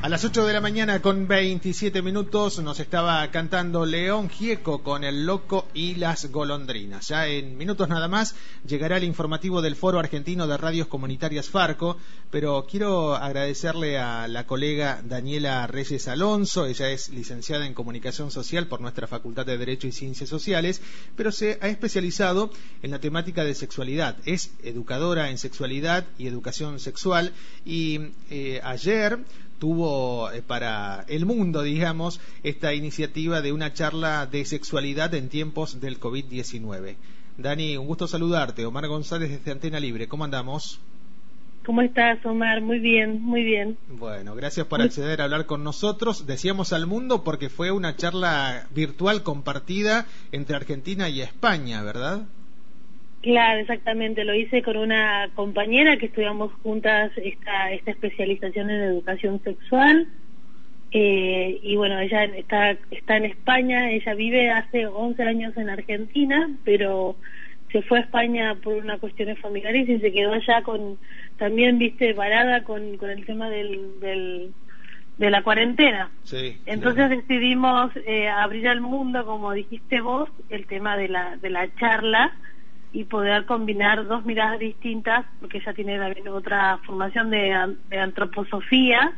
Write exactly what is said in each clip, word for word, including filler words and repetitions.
A las ocho de la mañana con veintisiete minutos nos estaba cantando León Gieco con El Loco y las Golondrinas. Ya en minutos nada más llegará el informativo del Foro Argentino de Radios Comunitarias Farco, pero quiero agradecerle a la colega Daniela Reyes Alonso. Ella es licenciada en Comunicación Social por nuestra Facultad de Derecho y Ciencias Sociales, pero se ha especializado en la temática de sexualidad. Es educadora en sexualidad y educación sexual y eh, ayer tuvo eh, para el mundo, digamos, esta iniciativa de una charla de sexualidad en tiempos del COVID diecinueve. Dani, un gusto saludarte. Omar González desde Antena Libre. ¿Cómo andamos? ¿Cómo estás, Omar? Muy bien, muy bien. Bueno, gracias por acceder a hablar con nosotros. Decíamos al mundo porque fue una charla virtual compartida entre Argentina y España, ¿verdad? Claro, exactamente. Lo hice con una compañera que estudiamos juntas esta, esta especialización en educación sexual. Eh, y bueno, ella está, está en España. Ella vive hace once años en Argentina, pero se fue a España por unas cuestiones familiares y se quedó allá con, también, viste, varada con, con el tema del, del, de la cuarentena. Sí, Entonces claro. decidimos eh, abrir al mundo, como dijiste vos, el tema de la, de la charla y poder combinar dos miradas distintas, porque ella tiene también otra formación de, de antroposofía.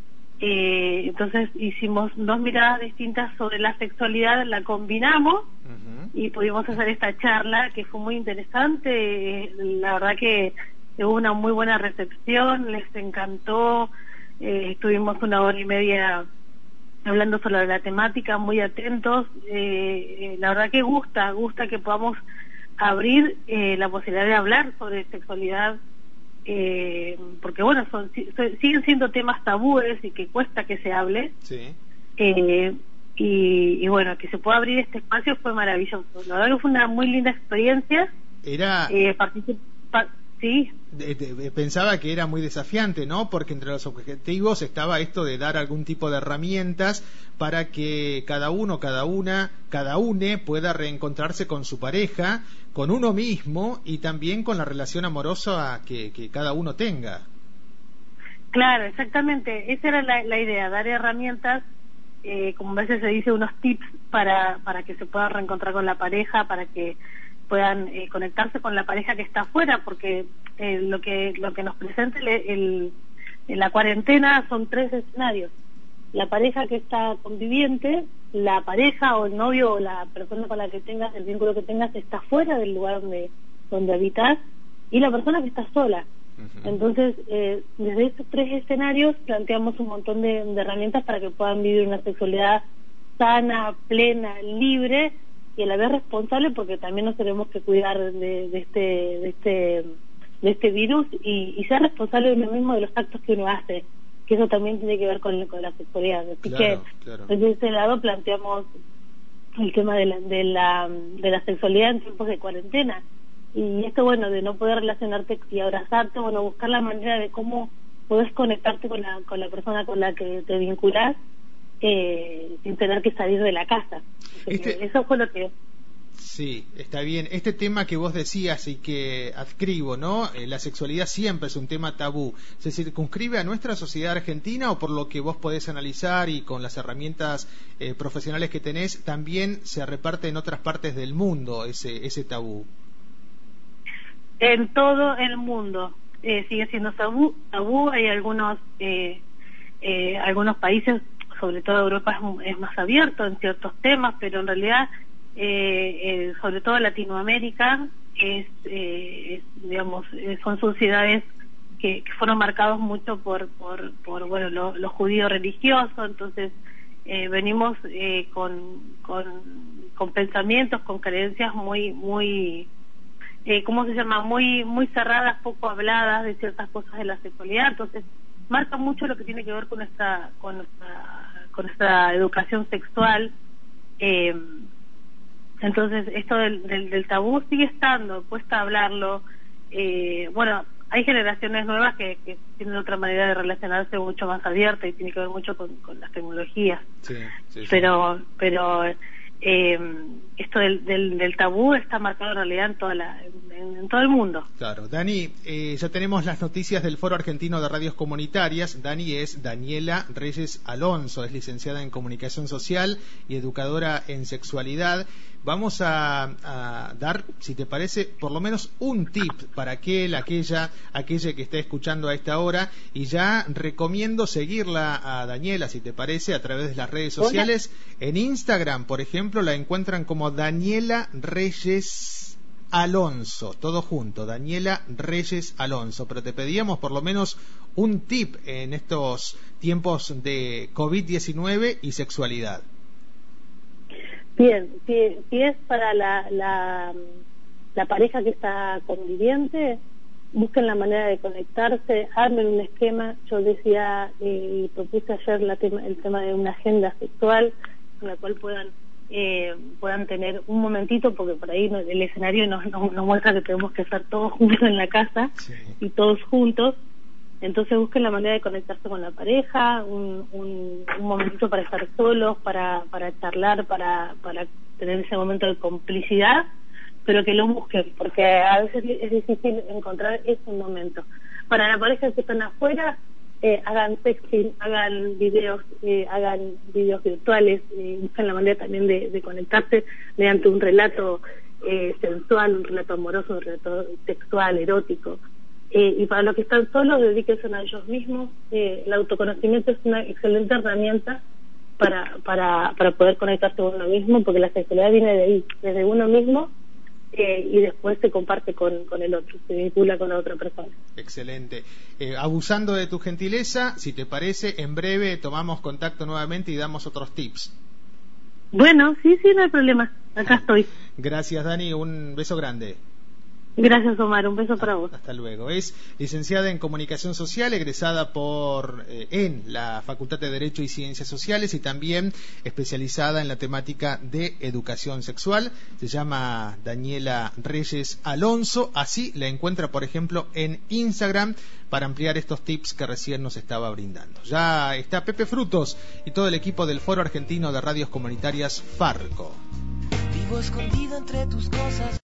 Eh, entonces hicimos dos miradas distintas sobre la sexualidad, la combinamos uh-huh. y pudimos hacer esta charla que fue muy interesante. La verdad que hubo una muy buena recepción, les encantó. Eh, estuvimos una hora y media hablando sobre la temática, muy atentos. Eh, eh, la verdad que gusta, gusta que podamos abrir eh, la posibilidad de hablar sobre sexualidad, eh, porque bueno, son, siguen siendo temas tabúes y que cuesta que se hable. Sí. Eh, y, y bueno, que se pueda abrir este espacio fue maravilloso. La verdad que fue una muy linda experiencia. Era... Eh, participa... Sí. De, de, pensaba que era muy desafiante, ¿no? Porque entre los objetivos estaba esto de dar algún tipo de herramientas para que cada uno, cada una, cada une pueda reencontrarse con su pareja, con uno mismo y también con la relación amorosa que, que cada uno tenga. Claro, exactamente. Esa era la, la idea, dar herramientas, eh, como a veces se dice, unos tips para, para que se pueda reencontrar con la pareja, para que puedan eh, conectarse con la pareja que está afuera, porque eh, lo que lo que nos presenta el, el, en la cuarentena son tres escenarios: la pareja que está conviviente, la pareja o el novio o la persona con la que tengas, el vínculo que tengas, está fuera del lugar donde donde habitas, y la persona que está sola. Uh-huh. Entonces, eh, desde estos tres escenarios planteamos un montón de, de herramientas para que puedan vivir una sexualidad sana, plena, libre y a la vez responsable, porque también nos tenemos que cuidar de, de este de este de este virus y, y ser responsable de uno mismo, de los actos que uno hace, que eso también tiene que ver con, con la sexualidad. Así claro, que claro. Desde ese lado planteamos el tema de la, de la de la sexualidad en tiempos de cuarentena, y esto, bueno, de no poder relacionarte y abrazarte, bueno, buscar la manera de cómo podés conectarte con la con la persona con la que te vinculás, Eh, sin tener que salir de la casa. Este, eso fue lo que... Sí, está bien. Este tema que vos decías y que adscribo, ¿no? Eh, la sexualidad siempre es un tema tabú. ¿Se circunscribe a nuestra sociedad argentina o por lo que vos podés analizar y con las herramientas eh, profesionales que tenés, también se reparte en otras partes del mundo ese, ese tabú? En todo el mundo eh, sigue siendo tabú. tabú. Hay algunos, eh, eh, algunos países, sobre todo Europa es, es más abierto en ciertos temas, pero en realidad, eh, eh, sobre todo Latinoamérica, es, eh, es digamos, eh, son sociedades que, que fueron marcados mucho por, por, por bueno, lo, lo judío religioso. Entonces, eh, venimos eh, con, con, con pensamientos, con creencias muy, muy, eh, ¿cómo se llama? Muy, muy cerradas, poco habladas de ciertas cosas de la sexualidad. Entonces, marca mucho lo que tiene que ver con nuestra con nuestra con nuestra educación sexual. Eh, entonces esto del, del, del tabú sigue estando, cuesta hablarlo. Eh, bueno, hay generaciones nuevas que, que tienen otra manera de relacionarse mucho más abierta y tiene que ver mucho con, con las tecnologías. Sí, sí, sí. Pero pero eh, esto del, del, del tabú está marcado en realidad en, toda la, en, en todo el mundo. Claro. Dani, eh, ya tenemos las noticias del Foro Argentino de Radios Comunitarias. Dani es Daniela Reyes Alonso, es licenciada en Comunicación Social y educadora en Sexualidad. Vamos a, a dar, si te parece, por lo menos un tip para aquel, aquella, aquella que esté escuchando a esta hora, y ya recomiendo seguirla a Daniela, si te parece, a través de las redes sociales. Hola. En Instagram, por ejemplo, la encuentran como Daniela Reyes Alonso, todo junto, Daniela Reyes Alonso. Pero te pedíamos por lo menos un tip en estos tiempos de COVID diecinueve y sexualidad. Bien, si, si es para la, la, la pareja que está conviviente, busquen la manera de conectarse, armen un esquema. Yo decía eh, y propuse ayer la tema, el tema de una agenda sexual en la cual puedan eh, puedan tener un momentito, porque por ahí el escenario nos, nos, nos muestra que tenemos que estar todos juntos en la casa, sí, y todos juntos. Entonces busquen la manera de conectarse con la pareja, un, un, un momentito para estar solos, para, para charlar, para, para tener ese momento de complicidad, pero que lo busquen, porque a veces es difícil encontrar ese momento. Para la pareja que están afuera, eh, hagan texting, hagan videos, eh, hagan videos virtuales, eh, busquen la manera también de, de conectarse mediante un relato eh, sensual, un relato amoroso, un relato sexual, erótico. Eh, y para los que están solos, dedíquense a ellos mismos. Eh, el autoconocimiento es una excelente herramienta para, para, para poder conectarse con uno mismo, porque la sexualidad viene de ahí, desde uno mismo, eh, y después se comparte con, con el otro, se vincula con la otra persona. Excelente. Eh, abusando de tu gentileza, si te parece, en breve tomamos contacto nuevamente y damos otros tips. Bueno, sí, sí, no hay problema. Acá estoy. Gracias, Dani. Un beso grande. Gracias, Omar, un beso para vos. Hasta luego. Es licenciada en Comunicación Social, egresada por eh, en la Facultad de Derecho y Ciencias Sociales, y también especializada en la temática de educación sexual. Se llama Daniela Reyes Alonso. Así la encuentra, por ejemplo, en Instagram, para ampliar estos tips que recién nos estaba brindando. Ya está Pepe Frutos y todo el equipo del Foro Argentino de Radios Comunitarias, Farco. Vivo escondido entre tus cosas.